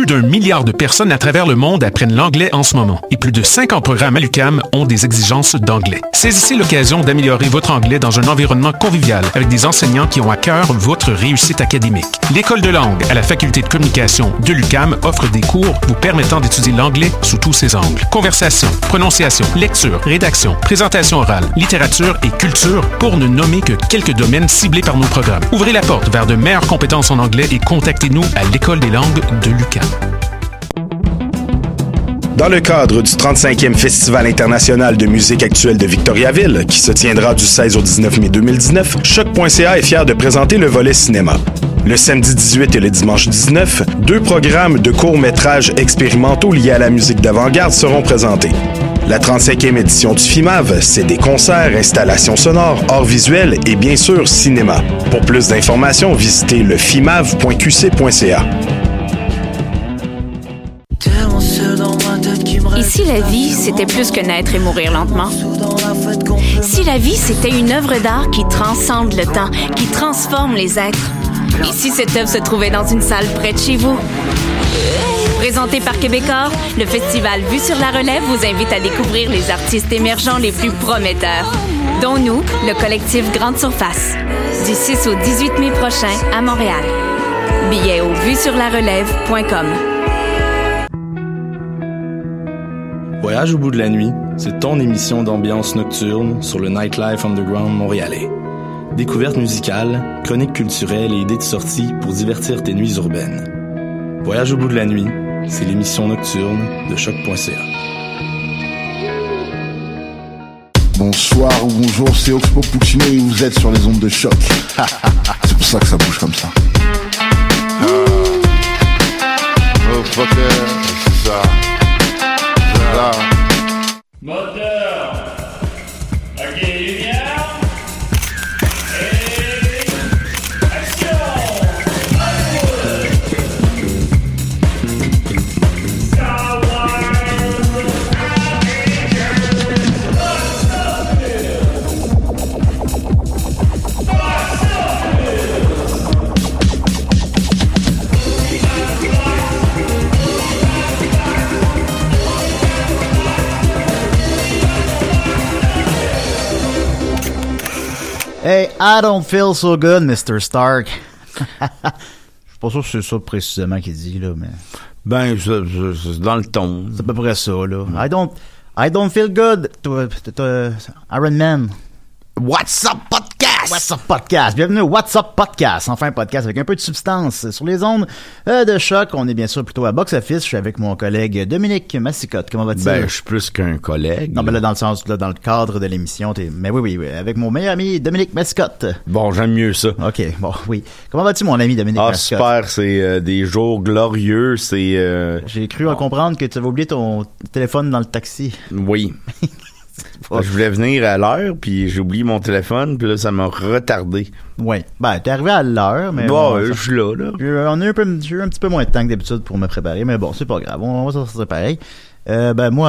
Plus d'1 milliard de personnes à travers le monde apprennent l'anglais en ce moment et plus de 50 programmes à l'UQAM ont des exigences d'anglais. Saisissez l'occasion d'améliorer votre anglais dans un environnement convivial avec des enseignants qui ont à cœur votre réussite académique. L'École de langue à la Faculté de communication de l'UQAM offre des cours vous permettant d'étudier l'anglais sous tous ses angles. Conversation, prononciation, lecture, rédaction, présentation orale, littérature et culture pour ne nommer que quelques domaines ciblés par nos programmes. Ouvrez la porte vers de meilleures compétences en anglais et contactez-nous à l'École des langues de l'UQAM. Dans le cadre du 35e Festival international de musique actuelle de Victoriaville, qui se tiendra du 16 au 19 mai 2019, Choc.ca est fier de présenter le volet cinéma. Le samedi 18 et le dimanche 19, 2 programmes de courts-métrages expérimentaux liés à la musique d'avant-garde seront présentés. La 35e édition du FIMAV, c'est des concerts, installations sonores, arts visuels et bien sûr cinéma. Pour plus d'informations, visitez le fimav.qc.ca. Et si la vie, c'était plus que naître et mourir lentement? Si la vie, c'était une œuvre d'art qui transcende le temps, qui transforme les êtres? Et si cette œuvre se trouvait dans une salle près de chez vous? Présenté par Québecor, le festival Vue sur la Relève vous invite à découvrir les artistes émergents les plus prometteurs, dont nous, le collectif Grande Surface, du 6 au 18 mai prochain à Montréal. Billets au vuesurlarelève.com. Voyage au bout de la nuit, c'est ton émission d'ambiance nocturne sur le Nightlife Underground montréalais. Découvertes musicales, chroniques culturelles et idées de sortie pour divertir tes nuits urbaines. Voyage au bout de la nuit, c'est l'émission nocturne de Choc.ca. Bonsoir ou bonjour, c'est Oxpo Puccino et vous êtes sur les ondes de Choc. C'est pour ça que ça bouge comme ça. Oh fucker, c'est ça. Là. Moteur. Ok, lumière. Et action. Hey, I don't feel so good, Mr. Stark. Je suis pas sûr que c'est ça précisément qu'il dit, là, mais... Ben, c'est dans le ton. C'est à peu près ça, là. I don't feel good, Iron Man. What's Up Podcast! What's Up Podcast! Bienvenue au What's Up Podcast! Enfin, un podcast avec un peu de substance. Sur les ondes de Choc, on est bien sûr plutôt à Box Office. Je suis avec mon collègue Dominique Massicotte. Comment va-t-il? Ben, je suis plus qu'un collègue. Non, ben là, dans le sens, là, dans le cadre de l'émission, mais oui, avec mon meilleur ami Dominique Massicotte. Bon, j'aime mieux ça. OK, bon, oui. Comment vas-tu, mon ami Dominique Massicotte? Super, c'est des jours glorieux, c'est... J'ai cru en comprendre que tu avais oublié ton téléphone dans le taxi. Oui. Je voulais venir à l'heure, puis j'ai oublié mon téléphone, puis là, ça m'a retardé. Oui. Ben, t'es arrivé à l'heure, mais... Bon, je suis là. J'ai eu un petit peu moins de temps que d'habitude pour me préparer, mais bon, c'est pas grave. On va sortir pareil. Ben, moi,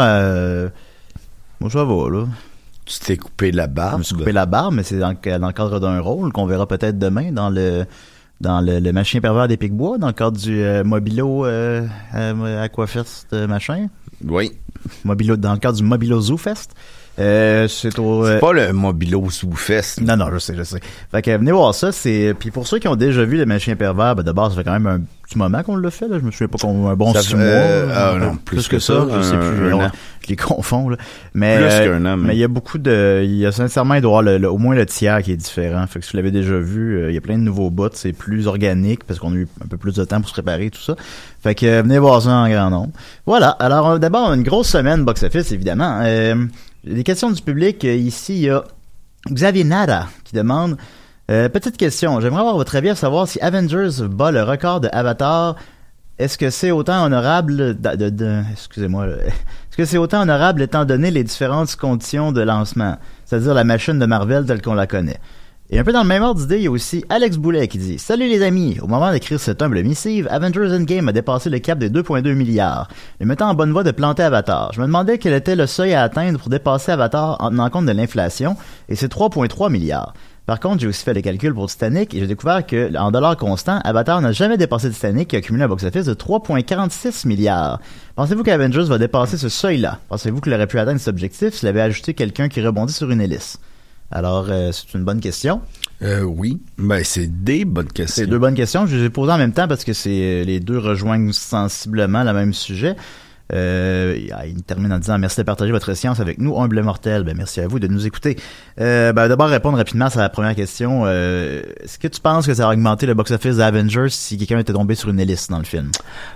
ça va, là. Tu t'es coupé la barbe? Je me suis coupé la barbe, mais c'est dans le cadre d'un rôle qu'on verra peut-être demain dans le machin pervers des Picbois, dans le cadre du Mobilo Aquafest machin. Oui. Dans le cadre du Mobilo Zoo Fest. C'est pas le Mobilo Zoo Fest. Non, je sais. Fait que venez voir ça. Puis pour ceux qui ont déjà vu le machin pervers, ben d'abord, ça fait quand même un petit moment qu'on l'a fait, là. Je me souviens pas qu'on un bon 6 mois. Non, plus que ça. Je sais plus. Je les confonds, là. Mais, plus qu'un an. Mais il y a beaucoup il y a sincèrement, il doit y avoir au moins le tiers qui est différent. Fait que si vous l'avez déjà vu, il y a plein de nouveaux bouts. C'est plus organique parce qu'on a eu un peu plus de temps pour se préparer, tout ça. Fait que venez voir ça en grand nombre. Voilà. Alors, d'abord, une grosse semaine box-office, évidemment. Les questions du public, ici, il y a Xavier Nada qui demande petite question, j'aimerais avoir votre avis à savoir si Avengers bat le record de Avatar. Est-ce que c'est autant honorable excusez-moi, est-ce que c'est autant honorable étant donné les différentes conditions de lancement, c'est-à-dire la machine de Marvel telle qu'on la connaît? Et un peu dans le même ordre d'idée, il y a aussi Alex Boulet qui dit « Salut les amis! Au moment d'écrire cette humble missive, Avengers Endgame a dépassé le cap des 2,2 milliards, les mettant en bonne voie de planter Avatar. Je me demandais quel était le seuil à atteindre pour dépasser Avatar en tenant compte de l'inflation, et c'est 3,3 milliards. Par contre, j'ai aussi fait les calculs pour Titanic et j'ai découvert que, en dollars constants, Avatar n'a jamais dépassé Titanic qui a cumulé un box-office de 3,46 milliards. Pensez-vous qu'Avengers va dépasser ce seuil-là? Pensez-vous qu'il aurait pu atteindre cet objectif s'il avait ajouté quelqu'un qui rebondit sur une hélice? Alors, c'est une bonne question. Oui. Ben, c'est des bonnes questions. C'est deux bonnes questions. Je les ai posées en même temps parce que les deux rejoignent sensiblement le même sujet. Il termine en disant merci de partager votre science avec nous, humble mortel. Ben merci à vous de nous écouter. D'abord répondre rapidement à la première question. Est-ce que tu penses que ça a augmenté le box-office d'Avengers si quelqu'un était tombé sur une hélice dans le film?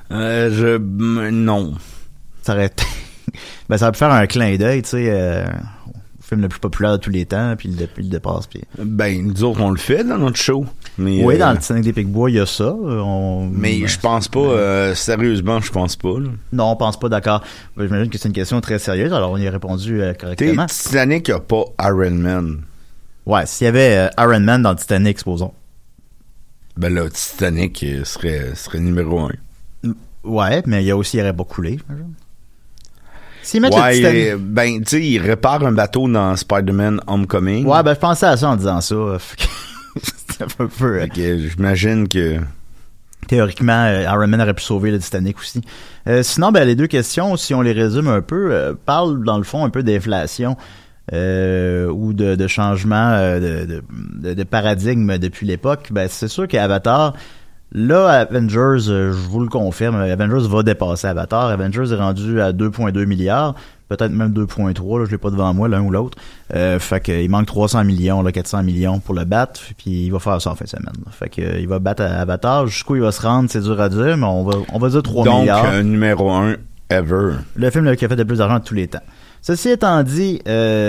Non. Ça aurait ça aurait pu faire un clin d'œil, tu sais, au film le plus populaire de tous les temps, puis il le dépasse. Puis... Ben, nous autres, on le fait dans notre show. Mais, oui, dans le Titanic des Picbois, il y a ça. Mais je pense pas, sérieusement, je pense pas. Là. Non, on pense pas, d'accord. J'imagine que c'est une question très sérieuse, alors on y a répondu correctement. Titanic a pas Iron Man. Ouais, s'il y avait Iron Man dans Titanic, supposons. Ben là, Titanic serait numéro 1. Ouais, mais il aurait pas coulé. S'ils mettent le Titanic... ben, tu sais, il répare un bateau dans Spider-Man Homecoming. Ouais, ben, je pensais à ça en disant ça. C'était un peu... j'imagine que... Théoriquement, Iron Man aurait pu sauver le Titanic aussi. Sinon, ben, les deux questions, si on les résume un peu, parlent, dans le fond, un peu d'inflation ou de changement de paradigme depuis l'époque. Ben, c'est sûr qu'Avatar... Là, Avengers, je vous le confirme, Avengers va dépasser Avatar. Avengers est rendu à 2,2 milliards, peut-être même 2,3, là, je l'ai pas devant moi, l'un ou l'autre. Fait qu'il manque 300 millions, là, 400 millions pour le battre, puis il va faire ça en fin de semaine. Là. Fait qu'il va battre Avatar. Jusqu'où il va se rendre, c'est dur à dire, mais on va dire 3 milliards. Donc, numéro 1 ever. Le film qui a fait le plus d'argent de tous les temps. Ceci étant dit,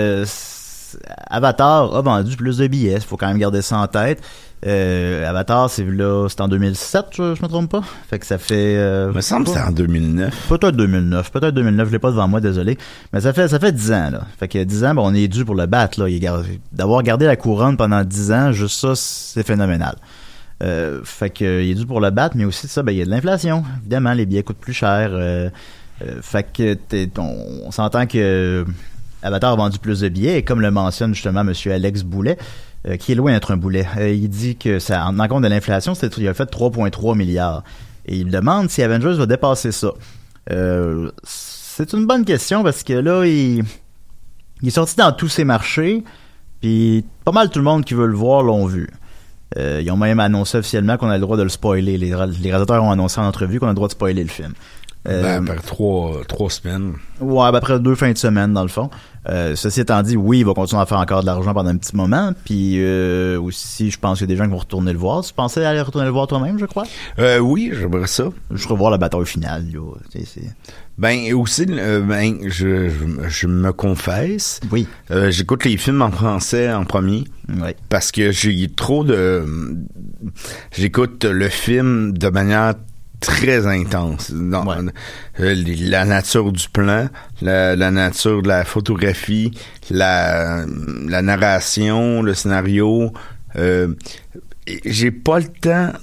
Avatar a vendu plus de billets, il faut quand même garder ça en tête. Avatar, c'est en 2007, je me trompe pas. Fait que ça fait... me semble que c'est en 2009. Peut-être 2009, je l'ai pas devant moi, désolé. Mais ça fait 10 ans, là. Fait que 10 ans, ben, on est dû pour le battre, là. D'avoir gardé la couronne pendant 10 ans, juste ça, c'est phénoménal. Fait que il est dû pour le battre, mais aussi ça, ben, il y a de l'inflation. Évidemment, les billets coûtent plus cher. Fait que on s'entend que Avatar a vendu plus de billets, et comme le mentionne justement monsieur Alex Boulet, qui est loin d'être un boulet. Il dit que ça, en compte de l'inflation, il a fait 3,3 milliards. Et il demande si Avengers va dépasser ça. C'est une bonne question parce que là, il est sorti dans tous ses marchés, puis pas mal tout le monde qui veut le voir l'ont vu. Ils ont même annoncé officiellement qu'on a le droit de le spoiler. Les réalisateurs ont annoncé en entrevue qu'on a le droit de spoiler le film. Après 3 semaines. Ouais, après 2 fins de semaine, dans le fond. Ceci étant dit, oui, il va continuer à faire encore de l'argent pendant un petit moment. Puis aussi, je pense qu'il y a des gens qui vont retourner le voir. Tu pensais aller retourner le voir toi-même, je crois? Oui, j'aimerais ça. Je revois la bataille finale. Là. Ben, aussi, je me confesse. Oui. J'écoute les films en français en premier. Oui. Parce que j'écoute le film de manière très intense. La nature du plan, la nature de la photographie, la narration, le scénario. J'ai pas le temps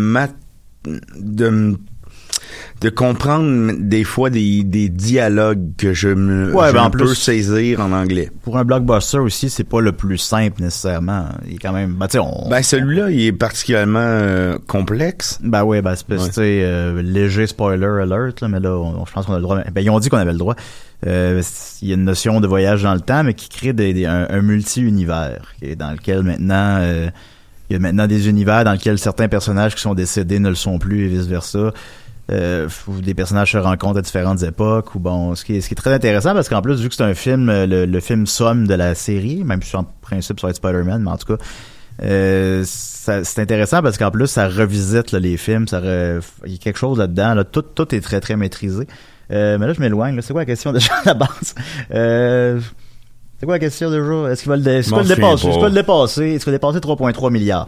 de comprendre des fois des dialogues que je peux saisir en anglais. Pour un blockbuster aussi, c'est pas le plus simple nécessairement. Il est quand même... celui-là, il est particulièrement complexe. Ben oui, c'est léger spoiler alert, là, mais là, je pense qu'on a le droit... ils ont dit qu'on avait le droit. Il y a une notion de voyage dans le temps, mais qui crée un multi-univers, dans lequel maintenant... il y a maintenant des univers dans lesquels certains personnages qui sont décédés ne le sont plus et vice-versa. Où des personnages se rencontrent à différentes époques, ce qui est très intéressant parce qu'en plus, vu que c'est un film, le film somme de la série, même si en principe ça va être Spider-Man, mais en tout cas, c'est intéressant parce qu'en plus ça revisite là, les films, il y a quelque chose là-dedans, là, tout est très très maîtrisé. Mais là je m'éloigne, là. C'est quoi la question déjà à la base? C'est quoi la question déjà? Est-ce qu'il va le dépasser? Est-ce qu'il va le dépasser? Est-ce qu'il va dépasser 3,3 milliards?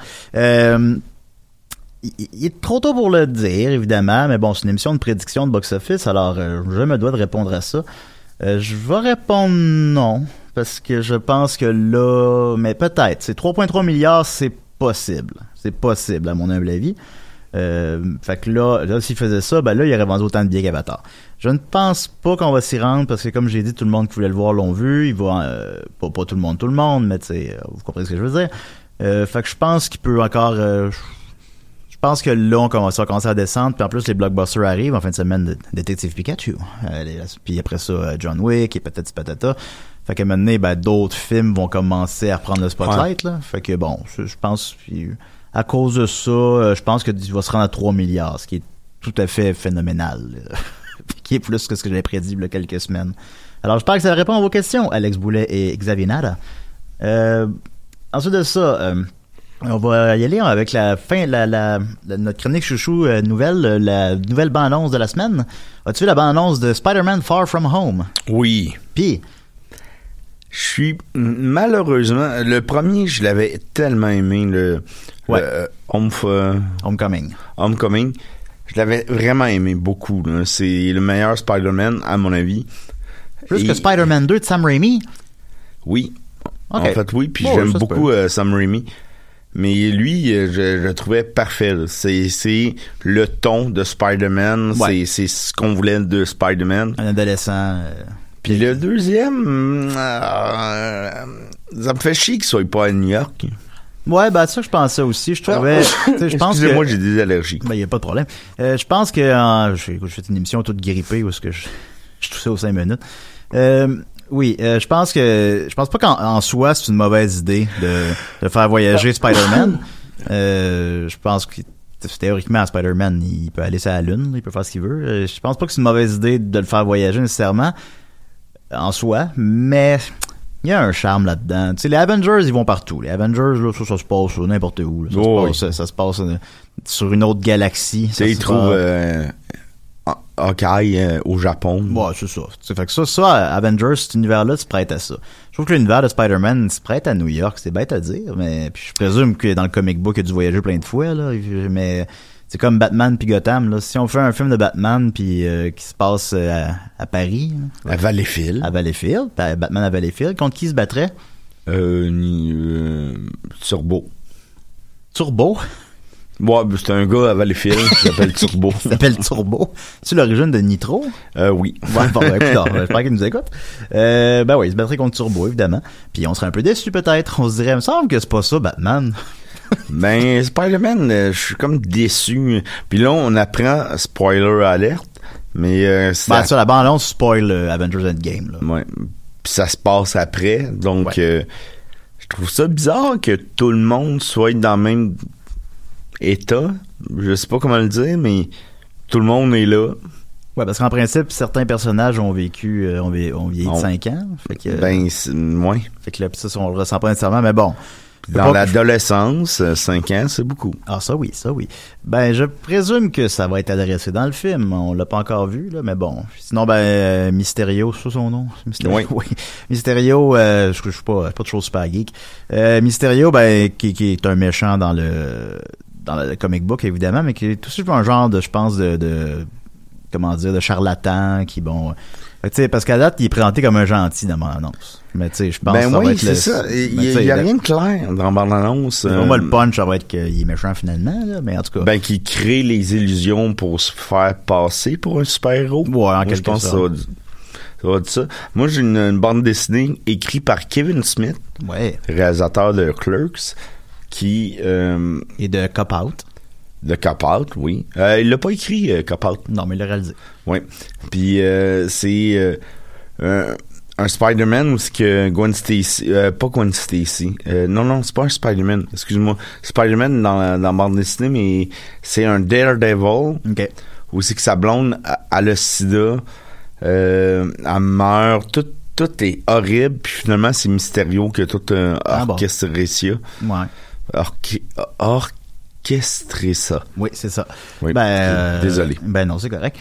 Il est trop tôt pour le dire, évidemment, mais bon, c'est une émission de prédiction de box-office, alors je me dois de répondre à ça. Je vais répondre non, parce que je pense que là, mais peut-être, c'est 3,3 milliards, c'est possible. C'est possible, à mon humble avis. Fait que là, s'il faisait ça, ben là, il aurait vendu autant de billets qu'Avatar. Je ne pense pas qu'on va s'y rendre parce que, comme j'ai dit, tout le monde qui voulait le voir l'ont vu. Il va, pas tout le monde, mais tu sais, vous comprenez ce que je veux dire. Fait que je pense qu'il peut encore, je pense que là, on va commencer à descendre. Puis en plus, les blockbusters arrivent en fin de semaine de Détective Pikachu. Puis après ça, John Wick et patati patata. Fait qu'à un moment donné, ben, d'autres films vont commencer à reprendre le spotlight, là. Fait que bon, je pense, à cause de ça, je pense qu'il va se rendre à 3 milliards, ce qui est tout à fait phénoménal. Qui est plus que ce que j'avais prédit il y a quelques semaines. Alors, j'espère que ça répond à vos questions, Alex Boulet et Xavier Nada. Ensuite de ça, on va y aller avec la fin, notre chronique chouchou nouvelle, la nouvelle bande-annonce de la semaine. As-tu vu la bande-annonce de Spider-Man Far From Home? Oui. Puis, je suis malheureusement le premier, je l'avais tellement aimé Homecoming. Je l'avais vraiment aimé beaucoup. Là. C'est le meilleur Spider-Man à mon avis. Plus que Spider-Man 2 de Sam Raimi. Oui. Okay. En fait, oui. Puis j'aime beaucoup Sam Raimi. Mais lui, je le trouvais parfait. Là. C'est le ton de Spider-Man. Ouais. C'est ce qu'on voulait de Spider-Man. Un adolescent. Puis le deuxième, ça me fait chier qu'il soit pas à New York. Ouais, ben ça je pensais aussi. Je trouvais. Je pense que moi j'ai des allergies. Ben y a pas de problème. Je pense que j'ai fait une émission toute grippée où est-ce que je toussais aux 5 minutes. Oui, je pense pas qu'en soi c'est une mauvaise idée de faire voyager Spider-Man. Je pense que théoriquement Spider-Man il peut aller sur la Lune, il peut faire ce qu'il veut. Je pense pas que c'est une mauvaise idée de le faire voyager nécessairement en soi, mais il y a un charme là-dedans. Tu sais, les Avengers, ils vont partout. Les Avengers, là, ça se passe n'importe où. Là. Ça se passe sur une autre galaxie. Ils trouvent Hawkeye au Japon. Ouais, c'est ça. Fait que ça, Avengers, cet univers-là se prête à ça. Je trouve que l'univers de Spider-Man se prête à New York. C'est bête à dire, mais puis je présume que dans le comic book, il a dû voyager plein de fois, là. Mais c'est comme Batman puis Gotham, là. Si on fait un film de Batman puis qui se passe à Paris, là, à Valleyfield. Batman à Valleyfield, contre qui se battrait? Turbo. Ouais, c'est un gars à Valleyfield qui s'appelle Turbo. C'est l'origine de Nitro? Oui. Ouais, bon, écoute, j'espère qu'il nous écoute. Ben oui, il se battrait contre Turbo, évidemment. Puis on serait un peu déçus peut-être. On se dirait, il me semble que c'est pas ça, Batman. Ben, Spider-Man, je suis comme déçu. Puis là, on apprend, spoiler alerte, mais... ça, la bande-annonce spoil Avengers Endgame, là. Ouais. Puis ça se passe après, donc je trouve ça bizarre que tout le monde soit dans le même état. Je sais pas comment le dire, mais tout le monde est là. Ouais, parce qu'en principe, certains personnages ont vécu, ont vieilli de 5 ans. Fait que, ouais. Fait que là, ça, on le ressent pas nécessairement, mais bon. Dans l'adolescence, 5 ans, c'est beaucoup. Ah, ça oui. Ben, je présume que ça va être adressé dans le film. On l'a pas encore vu, là, mais bon. Sinon, Mysterio, c'est ça son nom? Mysterio, oui. Mysterio, je suis pas toujours super geek. Mysterio, qui est un méchant dans le comic book, évidemment, mais qui est aussi un genre de, je pense, de charlatan, qui, bon... Tu sais, parce qu'à date, il est présenté comme un gentil dans mon annonce. Mais tu sais, je pense que ça va être c'est ça. Il y a rien de clair dans mon annonce. Pour moi, le punch, ça va être qu'il est méchant finalement, là, mais en tout cas. Qui crée les illusions pour se faire passer pour un super-héros. Ouais, en quelque sorte. Ça va dire ça. Moi, j'ai une bande dessinée écrite par Kevin Smith, réalisateur de Clerks, qui... Et de Cop-Out. De Cop-Out, oui. Il l'a pas écrit, Cop-Out. Non, mais il l'a réalisé. Oui. Puis c'est un Spider-Man où c'est que Gwen Stacy... pas Gwen Stacy. Non, c'est pas un Spider-Man. Excuse-moi. Spider-Man dans la bande dessinée, mais c'est un Daredevil. OK. Où c'est que sa blonde a le sida. Elle meurt. Tout est horrible. Puis finalement, c'est Mysterio qui a tout orchestré ça. Ouais. Orchestrer ça. Oui, c'est ça. Oui, désolé. Non, c'est correct.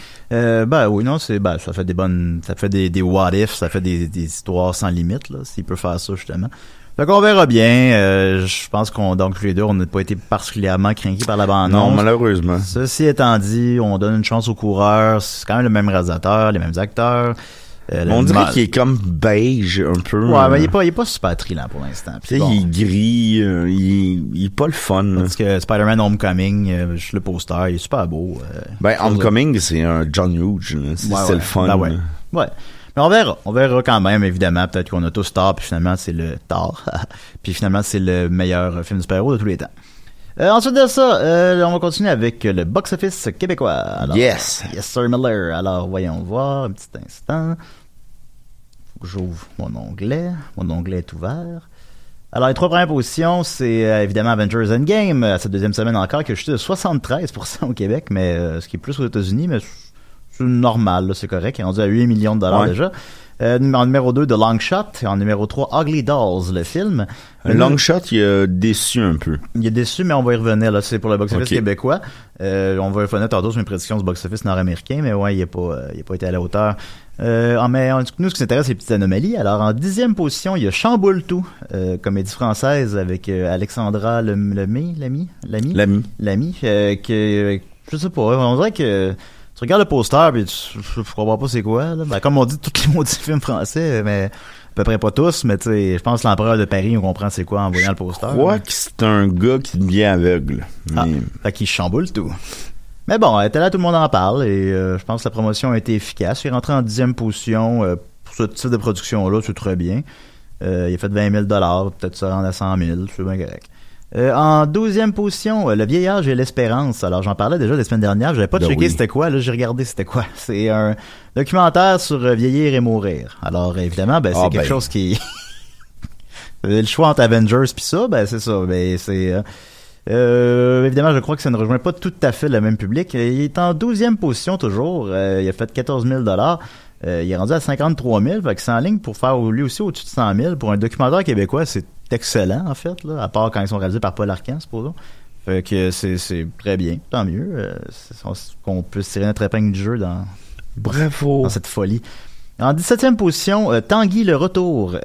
Ça fait des what if, ça fait des histoires sans limite, là, s'il peut faire ça, justement. Fait qu'on verra bien. Je pense donc les deux, on n'a pas été particulièrement craqués par la bande-annonce. Non, malheureusement. Ceci étant dit, on donne une chance aux coureurs. C'est quand même le même réalisateur, les mêmes acteurs. On dirait qu'il est comme beige un peu. Ouais, mais il est pas super trillant pour l'instant. Tu sais, il est gris, il est pas le fun. Parce que Spider-Man Homecoming, juste le poster, il est super beau. Homecoming, c'est un John Hughes, c'est le fun. Ben ouais. Mais on verra quand même, évidemment. Peut-être qu'on a tous tort, puis finalement, c'est le tort. Puis finalement, c'est le meilleur film de super-héros de tous les temps. Ensuite de ça, on va continuer avec le box-office québécois. Alors, yes, Sir Miller. Alors, voyons voir un petit instant. J'ouvre mon onglet. Mon onglet est ouvert. Alors, les 3 premières positions, c'est évidemment Avengers Endgame, à cette deuxième semaine encore, qui a chuté de 73% au Québec, mais ce qui est plus aux États-Unis, mais c'est normal, là, c'est correct. Il est rendu à 8 millions de dollars déjà. En numéro 2, The Long Shot. Et en numéro 3, Ugly Dolls, le film. Long Shot, il a déçu un peu. Il est déçu, mais on va y revenir. Là, c'est pour le box-office québécois. On va y revenir tantôt sur mes prédictions du box-office nord-américain, mais ouais, il n'a pas été à la hauteur. Mais nous, ce qui nous intéresse, c'est les petites anomalies. Alors, en 10e position, il y a Chamboule tout, comédie française avec Alexandra Lamy, que je sais pas, on dirait que tu regardes le poster pis tu comprends pas c'est quoi, là. Ben, comme on dit tous les maudits films français, mais à peu près pas tous, mais tu sais, je pense que l'Empereur de Paris, on comprend c'est quoi en voyant le poster. Je crois que c'est un gars qui devient aveugle. Fait qu'il chamboule tout. Mais bon, elle était là, tout le monde en parle, et je pense que la promotion a été efficace. Il est rentré en 10e position pour ce type de production-là, c'est très bien. Il a fait 20 000 $, peut-être se rendre à 100 000, c'est bien correct. En 12e position, Le vieillage et l'espérance. Alors, j'en parlais déjà la semaine dernière. J'avais pas checké c'était quoi. Là, j'ai regardé c'était quoi. C'est un documentaire sur vieillir et mourir. Alors, évidemment, c'est quelque chose qui... le choix entre Avengers pis ça, c'est ça. C'est... évidemment, je crois que ça ne rejoint pas tout à fait le même public. Il est en 12e position toujours. Il a fait 14 000 $. Il est rendu à 53 000. Fait que c'est en ligne pour faire lui aussi au-dessus de 100 000. Pour un documentaire québécois, c'est excellent, en fait, là, à part quand ils sont réalisés par Paul Arcand, supposons. Fait que c'est très bien, tant mieux. Qu'on puisse tirer notre épingle du jeu dans cette folie. En 17e position, Tanguy le Retour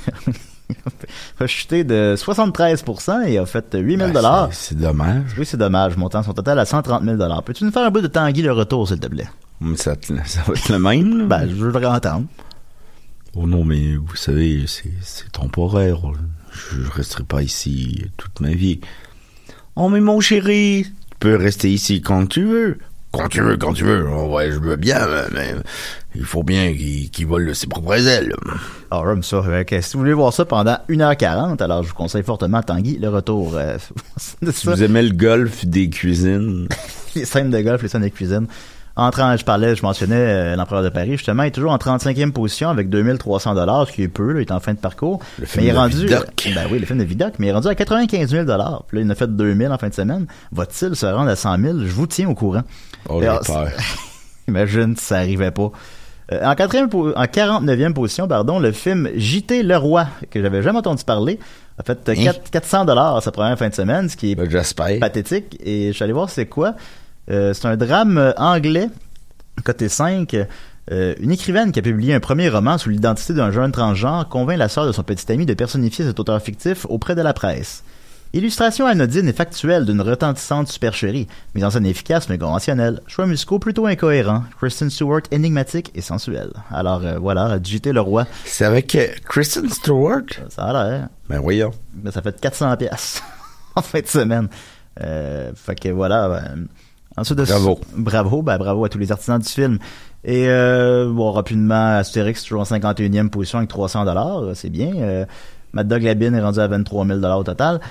a chuté de 73% et a fait 8 000 $. C'est dommage. Oui, c'est dommage. Montant son total à 130 000 $. Peux-tu nous faire un bout de Tanguy le Retour, s'il te plaît? Ça va être le même, là. Je veux le entendre. Oh non, mais vous savez, c'est temporaire. Je resterai pas ici toute ma vie. Oh, mais mon chéri, tu peux rester ici quand tu veux. Quand tu veux. Oh, ouais, je veux bien, mais il faut bien qu'il vole ses propres ailes. Alors, comme ça. Si vous voulez voir ça pendant 1h40, alors je vous conseille fortement Tanguy le Retour. Si vous aimez le golf des cuisines. Les scènes de golf, les scènes de cuisine. Je mentionnais l'Empereur de Paris, justement, il est toujours en 35e position avec 2300 $, ce qui est peu, là, il est en fin de parcours. Le film de Vidocq. Ben oui, le film de Vidocq, mais il est rendu à 95 000 $. Puis là, il en a fait 2000 en fin de semaine. Va-t-il se rendre à 100 000? Je vous tiens au courant. Oh, j'ai peur. Imagine si ça arrivait pas. En 49e position, le film J.T. Leroy, que j'avais jamais entendu parler, a fait 400 $ sa première fin de semaine, ce qui est pathétique. Et je suis allé voir c'est quoi. C'est un drame anglais, côté 5. Une écrivaine qui a publié un premier roman sous l'identité d'un jeune transgenre convainc la sœur de son petit ami de personnifier cet auteur fictif auprès de la presse. Illustration anodine et factuelle d'une retentissante supercherie, mise en scène efficace mais conventionnelle, choix musicaux plutôt incohérents, Kristen Stewart énigmatique et sensuelle. Alors voilà, J.T. Leroy. C'est avec Kristen Stewart? Ça a l'air. Ben voyons. Ben, ça fait 400 piastres en fin de semaine. Fait que voilà... Ensuite bravo à tous les artisans du film. Et rapidement, Astérix toujours en 51e position avec 300 $, c'est bien. Mad Dog Labine est rendu à 23 000 $ au total.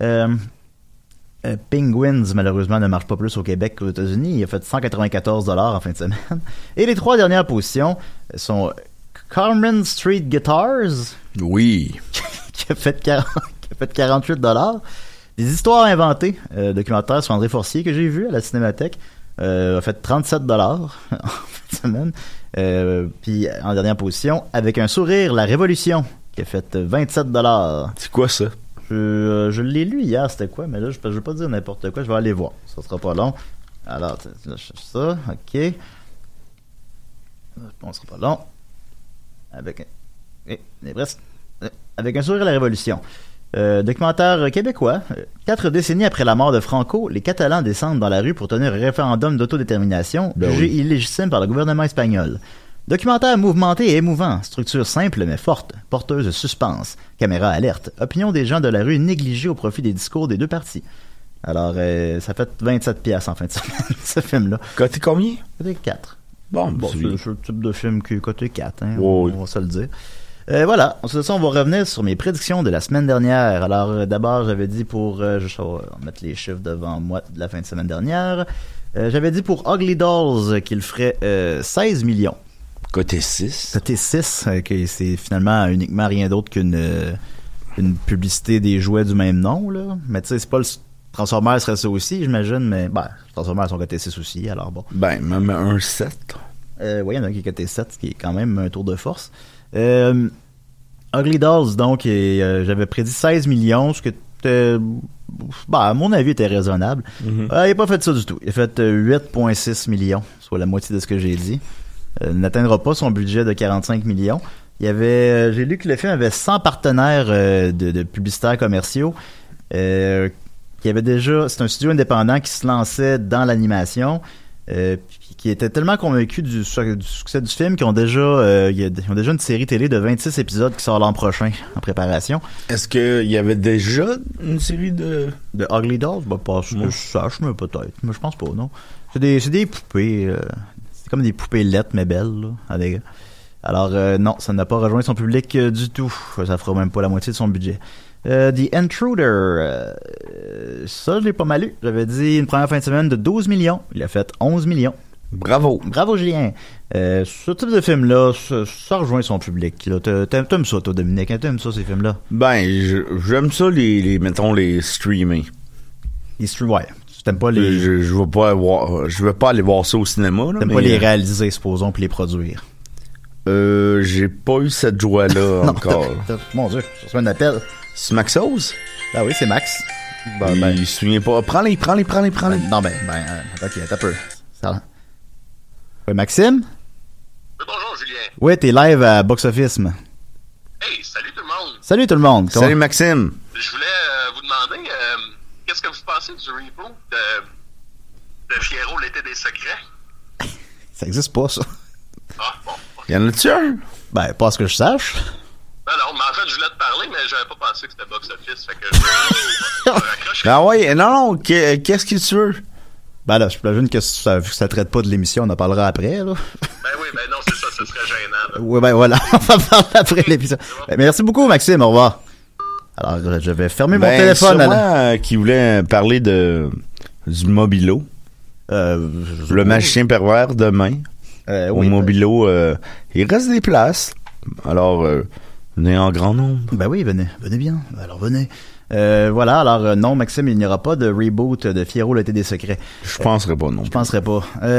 Penguins, malheureusement, ne marche pas plus au Québec qu'aux États-Unis. Il a fait 194 $ en fin de semaine. Et les 3 dernières positions sont Carmen Street Guitars. Oui. qui a fait 48 $. Des histoires inventées, documentaire sur André Forcier que j'ai vu à la Cinémathèque, a fait 37 $ en fin de semaine. Puis en dernière position, Avec un sourire, La Révolution, qui a fait 27 $. C'est quoi ça? Je l'ai lu hier, c'était quoi? Mais là, je vais pas dire n'importe quoi, je vais aller voir. Ça sera pas long. Alors, là, je cherche ça, ok. Bon, ça sera pas long. Avec un sourire, La Révolution. Documentaire québécois. 4 décennies après la mort de Franco, les Catalans descendent dans la rue pour tenir un référendum d'autodétermination jugé illégitime par le gouvernement espagnol. Documentaire mouvementé et émouvant, structure simple mais forte, porteuse de suspense, caméra alerte, opinion des gens de la rue négligée au profit des discours des deux parties. Alors, ça fait 27$ en fin de semaine, ce film-là. Côté combien? Côté 4. Bon, c'est le type de film qui est côté 4, hein, oui. on va se le dire. Voilà, ensuite de ça, on va revenir sur mes prédictions de la semaine dernière. Alors, d'abord, j'avais dit pour... je vais mettre les chiffres devant moi de la fin de semaine dernière. J'avais dit pour Ugly Dolls qu'il ferait 16 millions. Côté 6. Côté 6, que c'est finalement uniquement rien d'autre qu'une publicité des jouets du même nom, là. Mais tu sais, c'est pas le Transformers serait ça aussi, j'imagine, mais Transformers sont côté 6 aussi, alors bon. Même un 7. Oui, il y en a qui est côté 7, ce qui est quand même un tour de force. Ugly Dolls, donc, j'avais prédit 16 millions, ce qui était, à mon avis, était raisonnable. Mm-hmm. Il n'a pas fait ça du tout. Il a fait 8,6 millions, soit la moitié de ce que j'ai dit. N'atteindra pas son budget de 45 millions. Il y avait, j'ai lu que le film avait 100 partenaires de publicitaires commerciaux. Qui avait déjà, c'est un studio indépendant qui se lançait dans l'animation, qui était tellement convaincu du succès du film qu'ils ont déjà, ils ont déjà une série télé de 26 épisodes qui sort l'an prochain en préparation. Est-ce qu'il y avait déjà une série de Ugly Dolls? Pas que je sache, mais peut-être. Mais je pense pas, non. C'est des poupées, c'est comme des poupées lettres mais belles, là, avec. Alors non, ça n'a pas rejoint son public du tout. Ça fera même pas la moitié de son budget. The Intruder, ça je l'ai pas mal eu. J'avais dit une première fin de semaine de 12 millions. Il a fait 11 millions. Bravo Julien. Ce type de film-là, ça rejoint son public. Là. T'aimes ça, toi, Dominique? Hein? T'aimes ça, ces films-là? J'aime ça, mettons, les streamés. Les streamés, ouais. T'aimes pas les... Je veux pas aller voir ça au cinéma. Là, t'aimes pas les réaliser, supposons, puis les produire. J'ai pas eu cette joie-là encore. Mon Dieu, je reçois un appel. C'est Maxos? Ah oui, c'est Max. Il se souvient pas. Prends-les. Non, ok, t'as peur. Ça... Oui, Maxime? Oui, bonjour, Julien. Oui, t'es live à Box Office. Hey, salut tout le monde. Salut tout le monde. Salut Maxime. Je voulais vous demander, qu'est-ce que vous pensez du reboot de Fierro, l'été des secrets? Ça existe pas, ça. Ah, bon. Y en a-tu un? Pas à ce que je sache. Non, mais en fait, je voulais te parler, mais j'avais pas pensé que c'était Box Office, fait que je raccroche. Ah ouais, non, qu'est-ce que tu veux? Là, je présume que ça traite pas de l'émission, on en parlera après, là. Oui, non, c'est ça, ce serait gênant, là. Oui, voilà, on va parler après l'épisode. Merci beaucoup, Maxime, au revoir. Alors, je vais fermer mon téléphone. Sûrement qui voulait parler du Mobilo. Le magicien pervers demain. Au Mobilo, il reste des places. Alors, venez en grand nombre. Oui, venez bien. Alors, venez. Voilà, alors non, Maxime, il n'y aura pas de reboot de Fierro, l'été des secrets. Je penserais pas, non. Je penserais pas.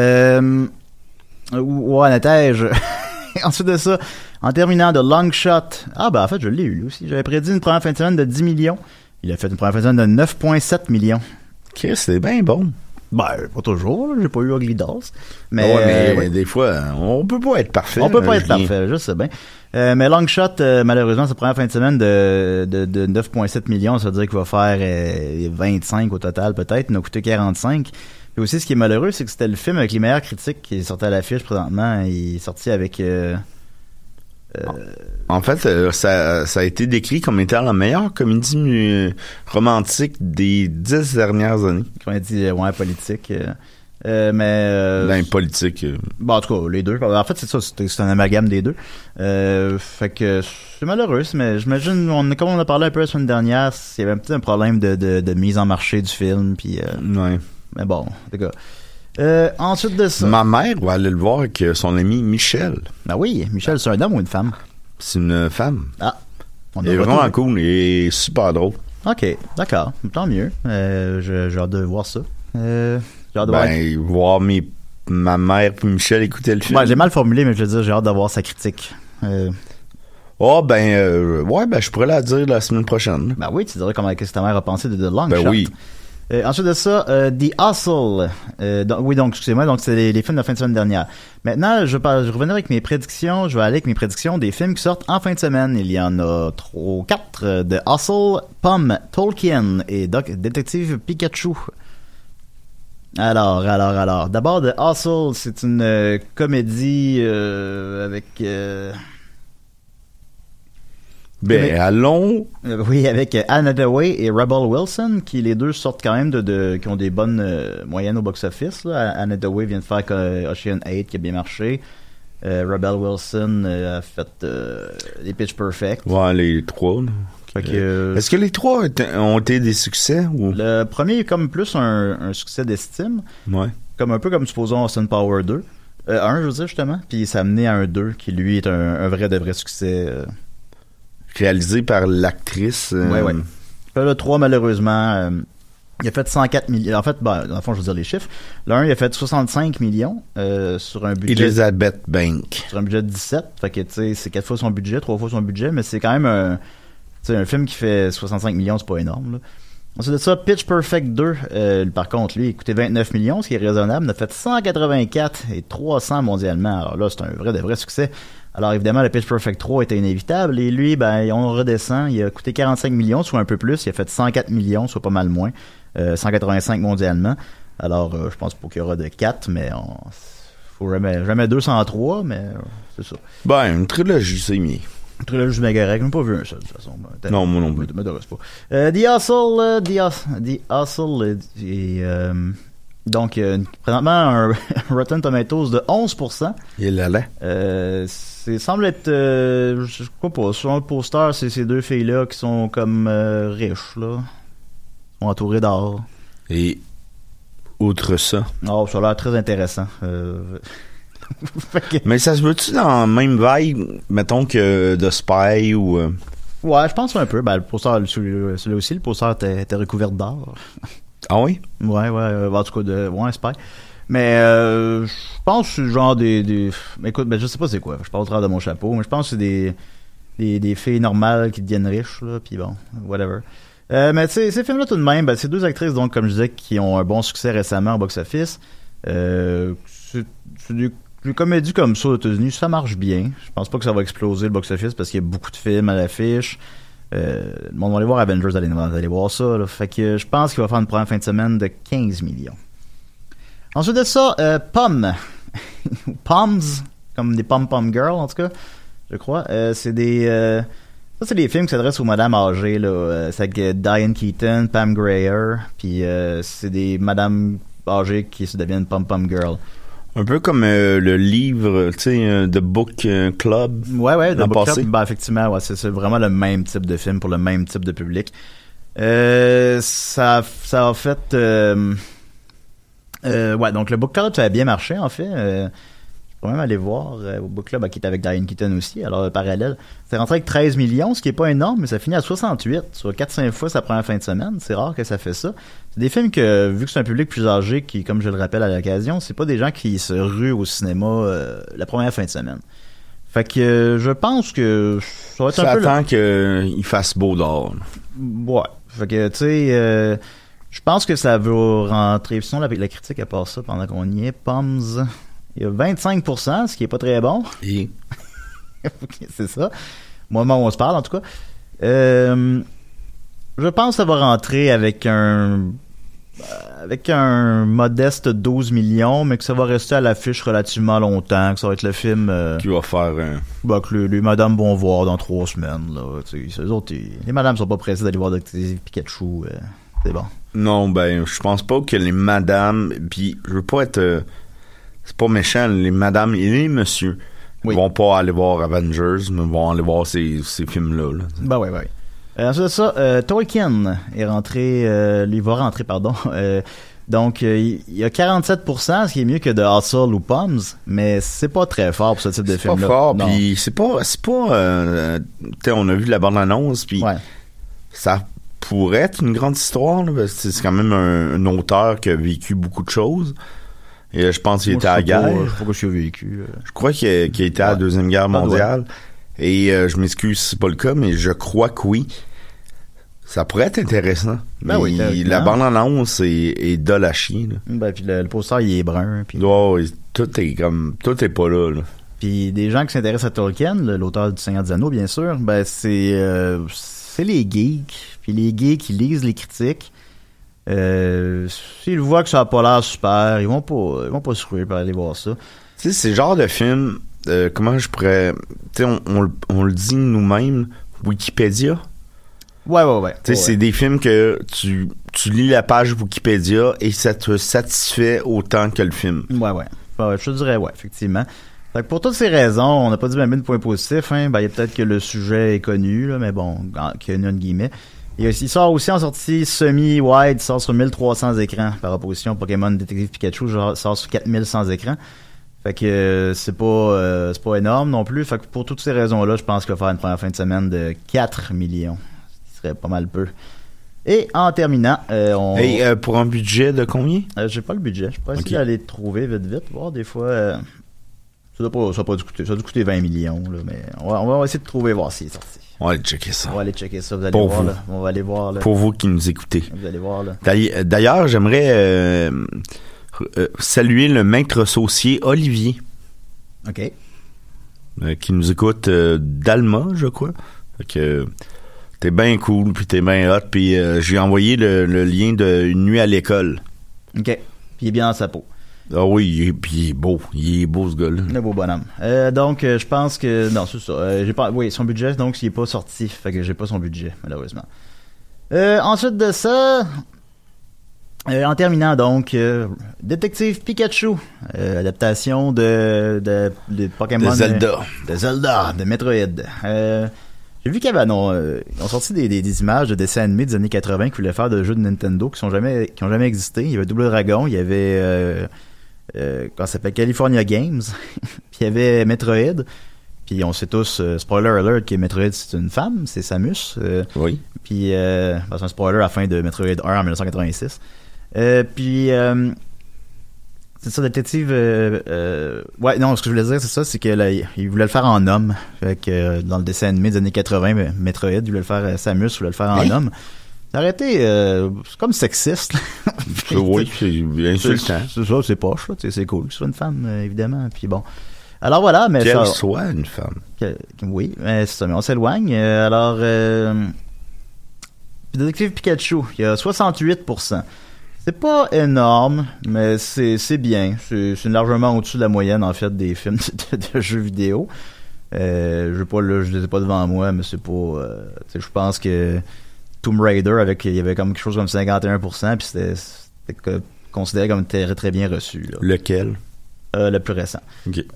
Ouais, Nathalie. Ensuite de ça, en terminant de Long Shot. En fait, je l'ai eu, lui aussi. J'avais prédit une première fin de semaine de 10 millions. Il a fait une première fin de semaine de 9,7 millions. Chris, c'est bien bon. Pas toujours, là. J'ai pas eu Ugly Dolls. Mais des fois, on peut pas être parfait. On peut pas être parfait, je sais bien. Mais Long Shot, malheureusement, sa première fin de semaine de 9,7 millions, ça veut dire qu'il va faire 25 au total, peut-être. Il a coûté 45. Et aussi, ce qui est malheureux, c'est que c'était le film avec les meilleures critiques qui est sorti à l'affiche présentement. Il est sorti avec... En fait, ça a été décrit comme étant la meilleure comédie romantique des 10 dernières années. Comédie, politique. Politique. En tout cas, les deux. En fait, c'est ça, c'est un amalgame des deux. Fait que c'est malheureux, mais j'imagine, comme on a parlé un peu la semaine dernière, il y avait un problème de mise en marché du film. Puis, ouais. Mais bon, en tout cas. Ensuite de ça. Ma mère va aller le voir avec son ami Michel. Oui, Michel, c'est un homme ou une femme? C'est une femme. Il est vraiment cool et super drôle. Ok, d'accord. Tant mieux. J'ai hâte de voir ça. J'ai hâte de voir ma mère et Michel écouter le film. J'ai mal formulé, mais je veux dire, j'ai hâte d'avoir sa critique. je pourrais la dire la semaine prochaine. Oui, tu dirais qu'est-ce que ta mère a pensé de The Long Shot. Oui. Ensuite de ça, The Hustle. Excusez-moi, donc c'est les films de la fin de semaine dernière. Maintenant, je vais revenir avec mes prédictions. Je vais aller avec mes prédictions des films qui sortent en fin de semaine. Il y en a 4. The Hustle, Pomme, Tolkien et Détective Pikachu. Alors. D'abord, The Hustle, c'est une comédie avec... allons... oui, avec Anne Hathaway et Rebel Wilson, qui les deux sortent quand même qui ont des bonnes moyennes au box-office. Là. Anne Hathaway vient de faire Ocean 8, qui a bien marché. Rebel Wilson a fait les Pitch Perfect. Ouais, les trois, là. Est-ce que les trois ont été des succès? Ou? Le premier est comme plus un succès d'estime. Ouais. Comme un peu comme, supposons, Austin Power 2. Un, je veux dire, justement. Puis ça a mené à un 2, qui lui est un vrai de vrai succès. Réalisé par l'actrice. Ouais. Le 3, malheureusement, il a fait 104 millions. En fait, dans le fond, je veux dire les chiffres. Le 1, il a fait 65 millions sur un budget... Elizabeth Banks. Sur un budget de 17. Fait que, tu sais, c'est 4 fois son budget, 3 fois son budget, mais c'est quand même un film qui fait 65 millions, c'est pas énorme, là. Ensuite de ça, Pitch Perfect 2, par contre, lui, il coûtait 29 millions, ce qui est raisonnable, il a fait 184 et 300 mondialement. Alors là, c'est un vrai de vrai succès. Alors évidemment, le Pitch Perfect 3 était inévitable, et lui, on redescend, il a coûté 45 millions, soit un peu plus, il a fait 104 millions, soit pas mal moins, 185 mondialement. Alors, je pense pas qu'il y aura de 4, mais faut jamais 203, mais c'est ça. Une trilogie, c'est mieux. Une trilogie du Megarec, j'ai pas vu un seul, de toute façon. Non, moi non plus. M'intéresse pas. The Hustle, donc, présentement, un Rotten Tomatoes de 11%. Il est là. Ça semble être, je crois pas, sur le poster, c'est ces deux filles-là qui sont comme riches, là. Ils sont entourées d'or. Et, outre ça? Oh, ça a l'air très intéressant. Mais ça se veut-tu dans la même vibe, mettons, que The Spy ou... Ouais, je pense un peu. Le poster, celui-là aussi, le poster était recouvert d'or. Ah oui? Ouais, en tout cas, Spy. Mais je pense que c'est genre des... Écoute, je sais pas c'est quoi, je passe au travers de mon chapeau, mais je pense que c'est des filles normales qui deviennent riches, là, puis bon, whatever. Mais tu sais, ces films-là tout de même, c'est deux actrices, donc, comme je disais, qui ont un bon succès récemment au box-office. C'est des comédies comme ça aux États-Unis, ça marche bien. Je pense pas que ça va exploser le box-office parce qu'il y a beaucoup de films à l'affiche. Le monde va aller voir Avengers, allez voir ça. Là. Fait que je pense qu'il va faire une première fin de semaine de 15 millions. Ensuite de ça, Poms, comme des Pom-Pom Girls en tout cas, je crois. C'est des films qui s'adressent aux madames âgées. Là. C'est avec Diane Keaton, Pam Grier, puis c'est des madames âgées qui se deviennent Pom-Pom Girls. Un peu comme le livre, tu sais, The Book Club. Ouais, The Book Club, effectivement, ouais, c'est vraiment le même type de film pour le même type de public. Ça a fait... donc le Book Club, ça a bien marché, en fait. Je pourrais même aller voir au Book Club qui est avec Diane Keaton aussi, alors parallèle. C'est rentré avec 13 millions, ce qui est pas énorme, mais ça finit à 68, sur 4-5 fois sa première fin de semaine. C'est rare que ça fait ça. C'est des films que, vu que c'est un public plus âgé, qui, comme je le rappelle à l'occasion, c'est pas des gens qui se ruent au cinéma la première fin de semaine. Fait que je pense que ça va être un peu... Ça attend qu'il fasse beau dehors. Ouais. Fait que, tu sais, je pense que ça va rentrer. Sinon, la critique à part ça, pendant qu'on y est, Poms... Il y a 25%, ce qui est pas très bon. Et? C'est ça. Au moment où on se parle, en tout cas. Je pense que ça va rentrer avec un modeste 12 millions, mais que ça va rester à l'affiche relativement longtemps, que ça va être le film... qui va faire que les madames vont voir dans 3 semaines. Là, les autres, les madames sont pas pressées d'aller voir Détective Pikachu. C'est bon. Non, je pense pas que les madames... Puis, je veux pas être... c'est pas méchant, les madames et les messieurs vont pas aller voir Avengers, mais vont aller voir ces films-là. Là. Ouais. Ensuite de ça, Tolkien est rentré, il va rentrer, pardon. Donc, il y a 47%, ce qui est mieux que The Hustle ou Poms, mais c'est pas très fort pour ce type de film-là. C'est pas fort, puis c'est pas on a vu la bande-annonce, puis ça pourrait être une grande histoire, là, parce que c'est quand même un auteur qui a vécu beaucoup de choses. Et je pense qu'il était à la guerre. Je sais pas que j'ai vécu. Je crois qu'il était à la Deuxième Guerre mondiale. Et je m'excuse si c'est pas le cas, mais je crois que oui. Ça pourrait être intéressant. Mais la bande-annonce est de la chier. Puis le poster, il est brun. Puis... tout est pas là. Puis des gens qui s'intéressent à Tolkien, l'auteur du Seigneur des Anneaux, bien sûr, c'est les geeks. Puis les geeks, ils lisent les critiques. S'ils voient que ça a pas l'air super, ils vont pas se ruer pour aller voir ça. Tu sais, c'est le genre de film, comment je pourrais... Tu sais, on le dit nous-mêmes, Wikipédia. Ouais. Tu sais, c'est des films que tu lis la page Wikipédia et ça te satisfait autant que le film. Ouais, je te dirais, effectivement. Fait que pour toutes ces raisons, on n'a pas dit même de points positifs, hein. Ben, il y a peut-être que le sujet est connu, là, mais bon, connu entre guillemets. Il sort aussi en sortie semi-wide, il sort sur 1300 écrans, par opposition à Pokémon Détective Pikachu, sort sur 4100 écrans. Fait que c'est pas énorme non plus. Fait que pour toutes ces raisons-là, je pense qu'il va faire une première fin de semaine de 4 millions. Ce qui serait pas mal peu. Et en terminant, pour un budget de combien? J'ai pas le budget. Je pourrais essayer d'aller trouver vite, voir des fois... ça a dû coûter 20 millions, là, mais on va essayer de trouver, voir s'il est sorti. On va aller checker ça. Vous allez voir, là. On va aller voir, là. Pour vous qui nous écoutez. Vous allez voir, là. D'ailleurs, j'aimerais saluer le maître saucier Olivier. OK. Qui nous écoute d'Alma, je crois. Fait que t'es bien cool, puis t'es bien hot, puis j'ai envoyé le lien de Une nuit à l'école. OK. Puis il est bien dans sa peau. Ah oui, puis il est beau. Il est beau, ce gars-là. Un beau bonhomme. Donc, je pense que... Non, c'est ça. J'ai pas... Oui, son budget, donc, il est pas sorti. Fait que j'ai pas son budget, malheureusement. Ensuite de ça... en terminant, donc, Détective Pikachu. Adaptation de Pokémon... De Zelda. De Zelda, de Metroid. J'ai vu qu'ils ont sorti des images de dessins animés des années 80 qu'ils voulaient faire de jeux de Nintendo qui ont jamais existé. Il y avait Double Dragon, il y avait... quand ça s'appelle California Games, puis il y avait Metroid, puis on sait tous, spoiler alert, que Metroid c'est une femme, c'est Samus. Oui. Puis c'est un spoiler à la fin de Metroid 1 en 1986. Puis c'est ça, détective. Ouais, non, ce que je voulais dire, c'est ça, c'est que là, il voulait le faire en homme. Fait que dans le dessin animé des années 80, Metroid, il voulait le faire Samus, il voulait le faire en homme. Ça aurait été c'est comme sexiste. Oui, c'est insultant. C'est ça, c'est poche, là. C'est cool que ce soit une femme, évidemment. Puis bon. Alors voilà, mais qu'elle soit une femme. Oui, mais c'est ça, mais on s'éloigne. Alors, Détective Pikachu, il y a 68%. C'est pas énorme, mais c'est bien. C'est largement au-dessus de la moyenne, en fait, des films de jeux vidéo. Je les ai pas devant moi, mais c'est pas... je pense que Tomb Raider, il y avait comme quelque chose comme 51%, puis c'était considéré comme très, très bien reçu. Là. Lequel? Le plus récent. Okay.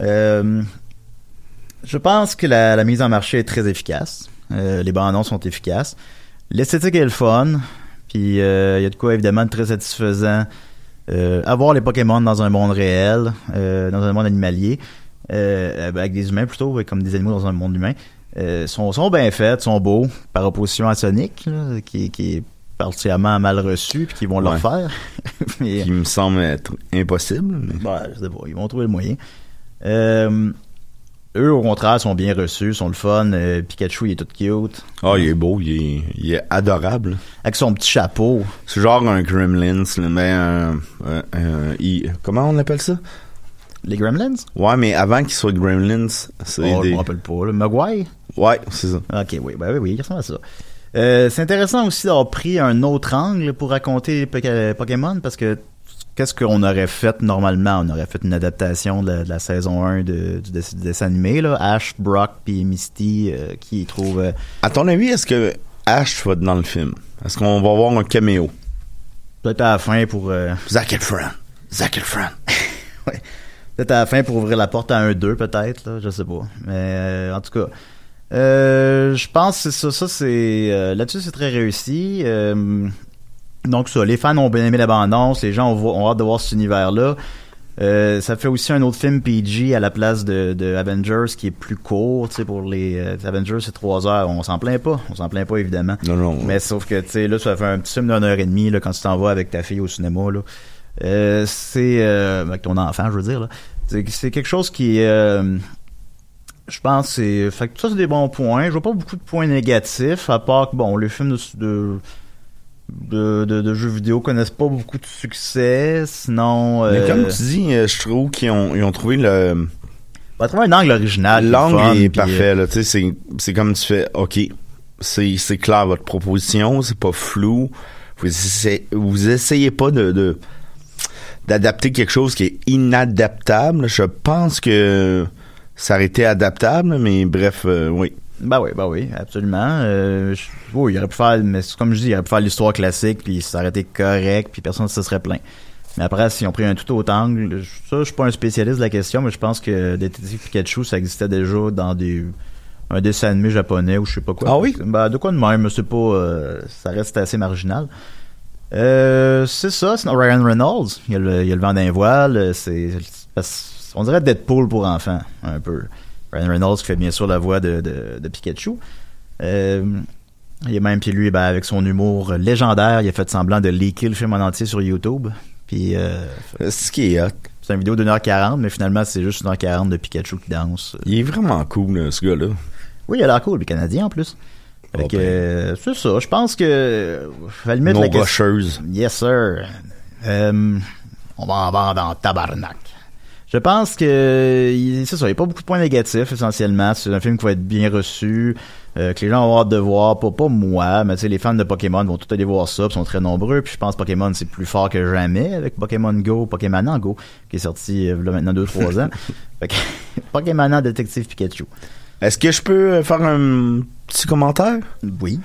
Je pense que la mise en marché est très efficace. Les bandes annonces sont efficaces. L'esthétique est le fun. Puis il y a de quoi évidemment de très satisfaisant. Avoir les Pokémon dans un monde réel, dans un monde animalier, avec des humains plutôt, comme des animaux dans un monde humain, sont bien faits, sont beaux, par opposition à Sonic, là, qui est particulièrement mal reçu, puis qui vont le refaire. Mais, qui me semble être impossible. Mais... Ouais, je sais pas, ils vont trouver le moyen. Eux, au contraire, sont bien reçus, sont le fun. Pikachu, il est tout cute. Ah, il est beau, il est adorable. Avec son petit chapeau. C'est genre un Gremlins, mais comment on appelle ça? Les Gremlins? Ouais, mais avant qu'ils soient Gremlins, c'est je me rappelle pas. Le Maguire? Ouais, c'est ça. Ok, oui, il ressemble à ça. C'est intéressant aussi d'avoir pris un autre angle pour raconter Pokémon, parce que qu'est-ce qu'on aurait fait normalement? On aurait fait une adaptation de la saison 1 du dessin animé, là. Ash, Brock puis Misty qui trouve... À ton avis, est-ce que Ash va être dans le film? Est-ce qu'on va avoir un caméo? Peut-être à la fin pour... Zac Efron. Ouais. Peut-être à la fin pour ouvrir la porte à 1-2, peut-être, là, je sais pas. Mais en tout cas, je pense que ça c'est... là-dessus, c'est très réussi. Donc ça, les fans ont bien aimé la bande-annonce, les gens ont hâte de voir cet univers-là. Ça fait aussi un autre film PG à la place de Avengers qui est plus court, tu sais, pour les Avengers c'est 3 heures, on s'en plaint pas évidemment. Non. Mais sauf que tu sais là ça fait un petit film d'1 heure et demie là quand tu t'en vas avec ta fille au cinéma là. C'est avec ton enfant, je veux dire là. C'est quelque chose qui je pense c'est fait que ça c'est des bons points. Je vois pas beaucoup de points négatifs à part que bon les films de jeux vidéo connaissent pas beaucoup de succès, sinon... Mais comme tu dis, je trouve qu'ils ont trouvé le... On va trouver un angle original. L'angle est parfait, là, tu sais, c'est comme tu fais, OK, c'est clair votre proposition, c'est pas flou, vous essayez pas d'adapter quelque chose qui est inadaptable. Je pense que ça aurait été adaptable, mais bref, oui. Ben oui, absolument. Oui, il aurait pu faire, mais comme je dis, il aurait pu faire l'histoire classique, puis ça aurait été correct, puis personne ne se serait plaint. Mais après, si on pris un tout autre angle, ça, je suis pas un spécialiste de la question, mais je pense que Détective Pikachu, ça existait déjà dans un dessin animé japonais ou je sais pas quoi. Ah oui? Ben, de quoi de même, c'est pas, ça reste assez marginal. C'est ça, sinon Ryan Reynolds, il a le vent d'un voile, on dirait Deadpool pour enfants, un peu. Ryan Reynolds qui fait bien sûr la voix de Pikachu. Il est même, puis lui, avec son humour légendaire, il a fait semblant de leaker le film en entier sur YouTube. Puis, c'est ce qui est hot. C'est une vidéo d'1h40, mais finalement, c'est juste 1h40 de Pikachu qui danse. Il est vraiment cool, ce gars-là. Oui, il a l'air cool, puis canadien en plus. C'est ça, je pense que... À la limite, nos rocheuses. Yes, sir. On va en vendre en tabarnak. Je pense que c'est ça, il n'y a pas beaucoup de points négatifs essentiellement. C'est un film qui va être bien reçu, que les gens vont avoir hâte de voir. Pas moi, mais tu sais, les fans de Pokémon vont tous aller voir ça, puis sont très nombreux. Puis je pense que Pokémon c'est plus fort que jamais avec Pokémon Go, qui est sorti là maintenant 2-3 ans. Fait que, Pokémon Détective Pikachu. Est-ce que je peux faire un petit commentaire? Oui.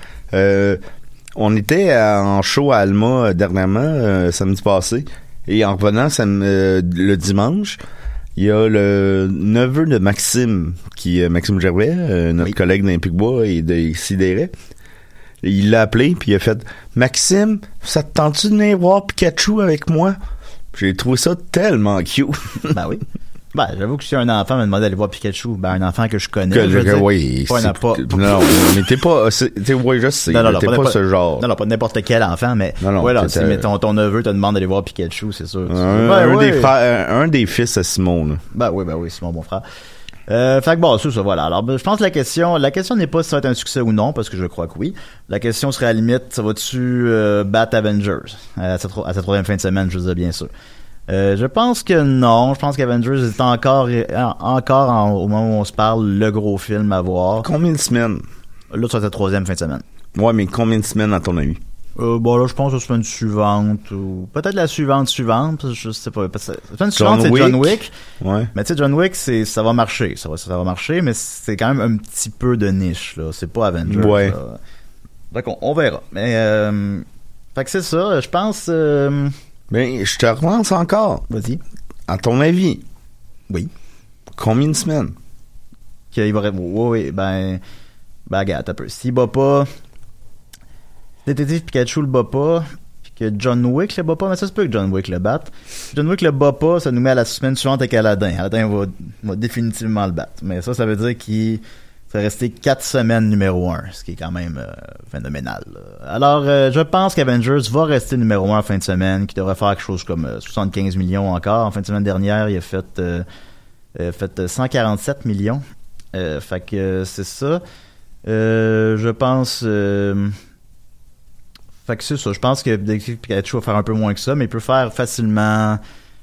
On était en show à Alma dernièrement, samedi passé. Et en revenant le dimanche, il y a le neveu de Maxime, Maxime Gervais, notre collègue d'Impic-Bois et de Sidéré. Il l'a appelé, puis il a fait « Maxime, ça te tente-tu de venir voir Pikachu avec moi? » J'ai trouvé ça tellement cute. Ben oui. Ben, j'avoue que si un enfant m'a demandé d'aller voir Pikachu, un enfant que je connais, oui, non, mais t'es pas, oui, je sais, t'es pas ce genre. Non, pas n'importe quel enfant, mais, voilà, si ton neveu te demande d'aller voir Pikachu, c'est sûr. Un des fils à Simon, là. Ben oui, Simon, mon frère. Fait que bon, c'est ça, voilà. Alors, je pense que la question n'est pas si ça va être un succès ou non, parce que je crois que oui. La question serait à la limite, ça va-tu battre Avengers à sa troisième fin de semaine, je veux dire, bien sûr. Je pense que non. Je pense qu'Avengers est encore au moment où on se parle, le gros film à voir. Combien de semaines? Là, ça va être la troisième fin de semaine. Ouais, mais combien de semaines à ton avis? Là, je pense que la semaine suivante ou peut-être la suivante, je sais pas. La semaine suivante, c'est John Wick. Ouais. Mais tu sais, John Wick, ça va marcher. Ça va marcher, mais c'est quand même un petit peu de niche, là. C'est pas Avengers. Ouais. Là. Donc, on verra. Mais, fait que c'est ça. Je pense, ben, je te relance encore. Vas-y. À ton avis. Oui. Combien de semaines? Qu'il va oui, regarde un peu. S'il bat pas, Détective Pikachu le bat pas, puis que John Wick le bat pas, mais ça se peut que John Wick le batte. Si John Wick le bat pas, ça nous met à la semaine suivante avec Aladdin. Aladdin va définitivement le battre. Mais ça veut dire qu'il serait resté 4 semaines numéro 1, ce qui est quand même phénoménal. Là. Alors, je pense qu'Avengers va rester numéro 1 en fin de semaine, qui devrait faire quelque chose comme 75 millions encore. En fin de semaine dernière, il a fait 147 millions. Fait que c'est ça. Je pense... fait que c'est ça. Je pense que Pikachu va faire un peu moins que ça, mais il peut faire facilement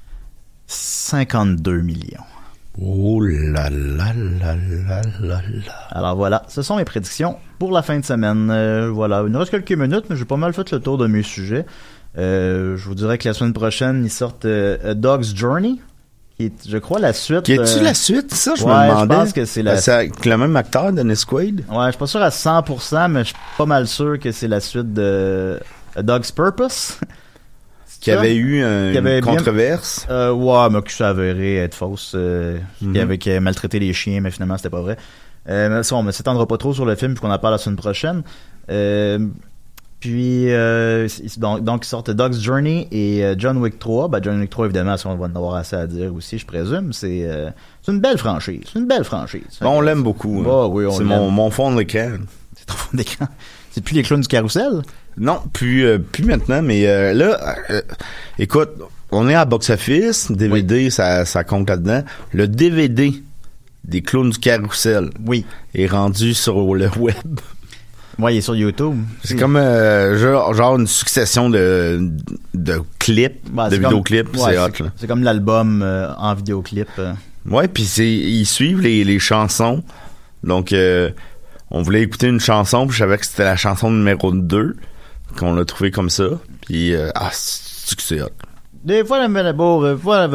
52 millions. Oh là là là là là là. Alors voilà, ce sont mes prédictions pour la fin de semaine. Voilà, il nous reste quelques minutes, mais j'ai pas mal fait le tour de mes sujets. Je vous dirais que la semaine prochaine, ils sortent A Dog's Journey, qui est, je crois, la suite. Qui est-tu la suite? Ça, je me demandais. Je pense que c'est la... C'est avec le même acteur, Dennis Quaid? Ouais, je suis pas sûr à 100%, mais je suis pas mal sûr que c'est la suite de A Dog's Purpose. Qui avait eu une controverse. Ouais, mais qui s'est avéré être fausse. Qui avait maltraité les chiens, mais finalement, c'était pas vrai. Mais ça, on ne s'étendra pas trop sur le film, puisqu'on en parle la semaine prochaine. Puis, donc, ils sortent Dog's Journey et John Wick 3. Ben, John Wick 3, évidemment, on va en avoir assez à dire aussi, je présume. C'est une belle franchise. C'est une belle franchise. On l'aime beaucoup. Hein. Oui, c'est mon fond d'écran. C'est ton fond d'écran. C'est plus les clowns du carrousel? Non, plus maintenant, mais là, écoute, on est à box-office, DVD, ça compte là-dedans. Le DVD des clowns du carrousel est rendu sur le web. Ouais, il est sur YouTube. C'est comme genre une succession de clips, de vidéoclips, c'est hot. Là. C'est comme l'album en vidéoclip. Ouais, puis ils suivent les chansons. Donc, on voulait écouter une chanson, puis je savais que c'était la chanson numéro 2. qu'on l'a trouvé comme ça. Puis, c'est que c'est hot. Des fois, le beau, des fois,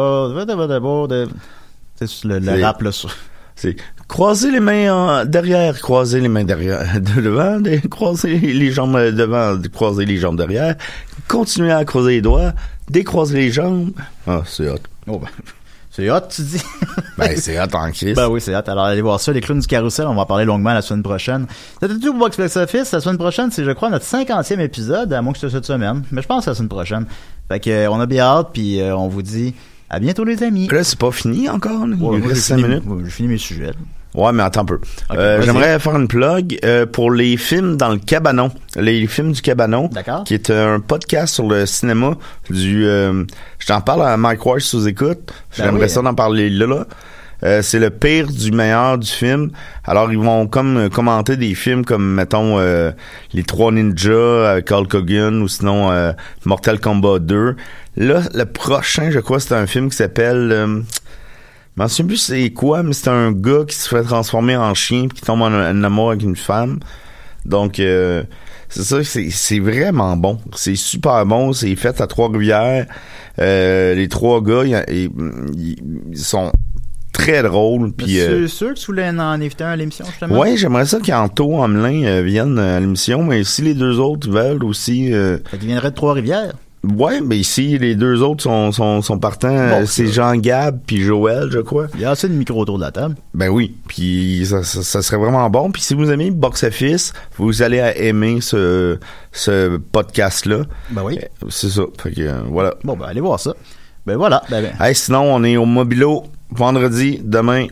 c'est le rap, là, ça. C'est croiser les mains derrière, croiser les mains derrière, devant, croiser les jambes devant, croiser les jambes derrière, continuer à croiser les doigts, décroiser les jambes. Ah, c'est hot. Oh, ben, c'est hot, tu dis? Ben, c'est hot en crise. Ben oui, c'est hot. Alors, allez voir ça. Les clowns du carrousel, on va en parler longuement la semaine prochaine. C'était tout pour Box Office. La semaine prochaine, c'est, je crois, notre 50e épisode, à moins que ce soit cette semaine. Mais je pense que c'est la semaine prochaine. Fait que, on a bien hâte, puis on vous dit à bientôt, les amis. Là, c'est pas fini encore, là. Ouais, il reste 5 minutes. J'ai fini mes sujets, là. Ouais, mais attends un peu. Okay, j'aimerais faire une plug pour les films dans le Cabanon. Les films du Cabanon. D'accord. Qui est un podcast sur le cinéma du... je t'en parle à Mike Ward sous écoute. J'aimerais ça d'en parler là. C'est le pire du meilleur du film. Alors, ils vont comme commenter des films comme, mettons, Les Trois Ninjas avec Hulk Hogan ou sinon Mortal Kombat 2. Là, le prochain, je crois, c'est un film qui s'appelle... je me souviens plus c'est quoi, mais c'est un gars qui se fait transformer en chien puis qui tombe en amour avec une femme. Donc, c'est ça, c'est vraiment bon. C'est super bon. C'est fait à Trois-Rivières. Les trois gars, ils sont très drôles. Puis, c'est sûr que tu voulais en inviter un à l'émission, justement? Ouais, j'aimerais ça qu'Anto, Hamelin viennent à l'émission, mais si les deux autres veulent aussi... Fait qu'ils viendraient de Trois-Rivières? Ouais, mais ici, les deux autres sont partants. Bon, c'est Jean-Gab puis Joël, je crois. Il y a assez de micros autour de la table. Ben oui, puis ça serait vraiment bon. Puis si vous aimez Box Office, vous allez aimer ce podcast-là. Ben oui. C'est ça. Fait que, voilà. Bon, ben allez voir ça. Ben voilà. Ben. Hey, sinon, on est au Mobilo vendredi, demain,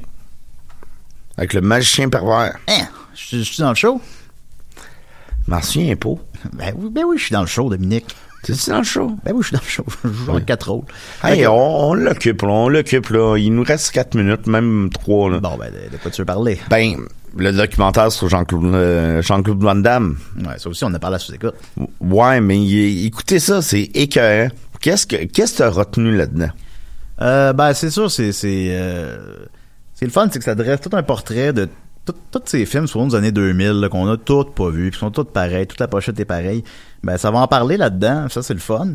avec le magicien pervers. Hein? Je suis dans le show? M'en souviens pas. Ben oui, je suis dans le show, Dominique. T'es-tu dans le show? Ben oui, je suis dans le show. Je joue dans 4 rôles. Hey, on l'occupe, là. Il nous reste 4 minutes, même 3, là. Bon, ben, de quoi tu veux parler? Ben, le documentaire sur Jean-Claude Van Damme. Ouais, ça aussi, on a parlé à sous-écoute. Ouais, mais écoutez ça, c'est écœurant. Qu'est-ce que t'as retenu là-dedans? Ben, c'est sûr, c'est le fun, c'est que ça dresse tout un portrait de tous ces films, souvent des années 2000, là, qu'on a tous pas vus, qui sont tous pareils, toute la pochette est pareille. Ben, ça va en parler là-dedans, ça, c'est le fun.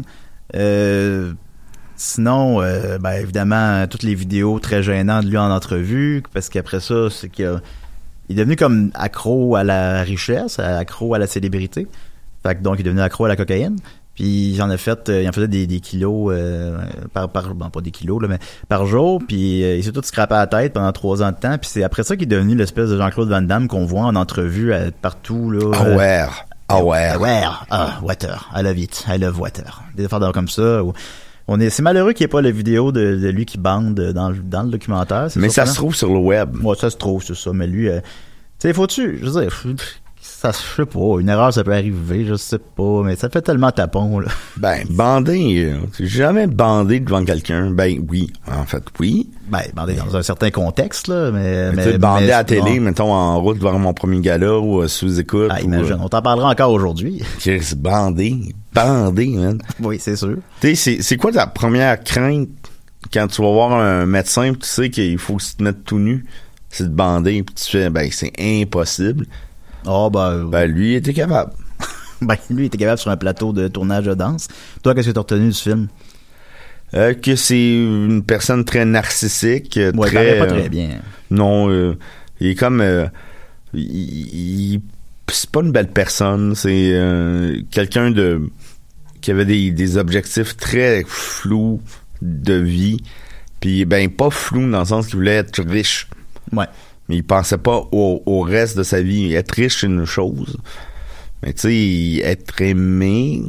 Sinon, ben, évidemment, toutes les vidéos très gênantes de lui en entrevue, parce qu'après ça, c'est qu'il est devenu comme accro à la richesse, accro à la célébrité. Fait que donc, il est devenu accro à la cocaïne. Puis il en faisait des kilos bon, pas des kilos là, mais par jour, puis il s'est tout scrappé à la tête pendant 3 ans de temps, puis c'est après ça qu'il est devenu l'espèce de Jean-Claude Van Damme qu'on voit en entrevue partout là. Water, I love it, I love water. Des affaires comme ça. C'est malheureux qu'il n'y ait pas la vidéo de lui qui bande dans le documentaire. Mais ça se trouve sur le web. Ouais, ça se trouve, c'est ça. Mais lui, tu sais, je veux dire, ça, je sais pas, une erreur ça peut arriver, je sais pas, mais ça fait tellement tapon, là. Ben, bander, j'ai jamais bandé devant quelqu'un. Ben oui, en fait, oui. Ben, bandé dans un certain contexte, là, mais bandé à la télé, mettons, en route vers mon premier gala ou sous-écoute. Ah, imagine, on t'en parlera encore aujourd'hui. C'est bandé, man. Oui, c'est sûr. Tu sais, c'est quoi ta première crainte quand tu vas voir un médecin pis tu sais qu'il faut que tu te mettes tout nu? C'est de bander pis tu fais, ben, c'est impossible. Oh, ben, lui, il était capable. Ben, lui, il était capable sur un plateau de tournage de danse. Toi, qu'est-ce que t'as retenu du film? Que c'est une personne très narcissique. Ouais, très, il paraît pas très bien. Non, il est comme... c'est pas une belle personne. C'est quelqu'un qui avait des objectifs très flous de vie. Puis, ben, pas flou dans le sens qu'il voulait être riche. Ouais. Mais il pensait pas au reste de sa vie. Être riche, c'est une chose. Mais tu sais, être aimé,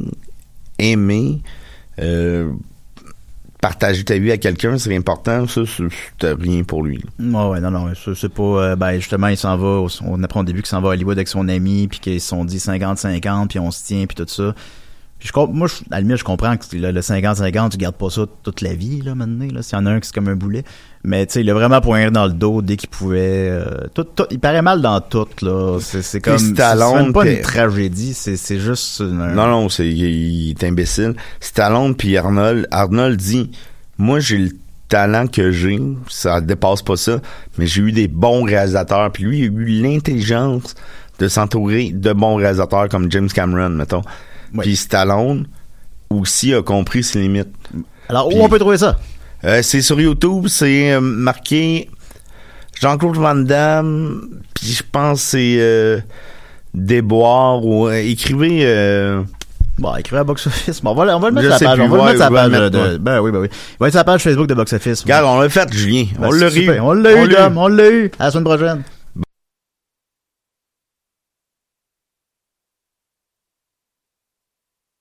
partager ta vie à quelqu'un, c'est important. Ça, c'est rien pour lui. Ouais, non, ça, c'est pas... ben, justement, il s'en va... On apprend au début qu'il s'en va à Hollywood avec son ami, puis qu'ils se sont dit 50-50, puis on se tient, puis tout ça. Puis moi, à la limite, je comprends que le 50-50, tu gardes pas ça toute la vie, là, maintenant, là. S'il y en a un qui c'est comme un boulet. Mais, tu sais, il a vraiment poigné dans le dos dès qu'il pouvait. Il paraît mal dans tout, là. C'est comme. C'est même pas une tragédie, c'est juste. Non, il est imbécile. Stallone puis Arnold dit, moi, j'ai le talent que j'ai, ça dépasse pas ça, mais j'ai eu des bons réalisateurs. Puis lui, il a eu l'intelligence de s'entourer de bons réalisateurs comme James Cameron, mettons. Puis Stallone aussi a compris ses limites. Alors, où on peut trouver ça? C'est sur YouTube, c'est marqué Jean-Claude Van Damme, puis je pense que c'est Déboire, ou écrivez... Bon, écrivez à Box Office. Bon, on va le mettre sur la page. On va le mettre sur la page. Ben oui. Il va être sur la page Facebook de Box Office. Regarde, on l'a fait, Julien. Ben, on l'a eu. On l'a eu, Dom. On l'a eu. À la semaine prochaine.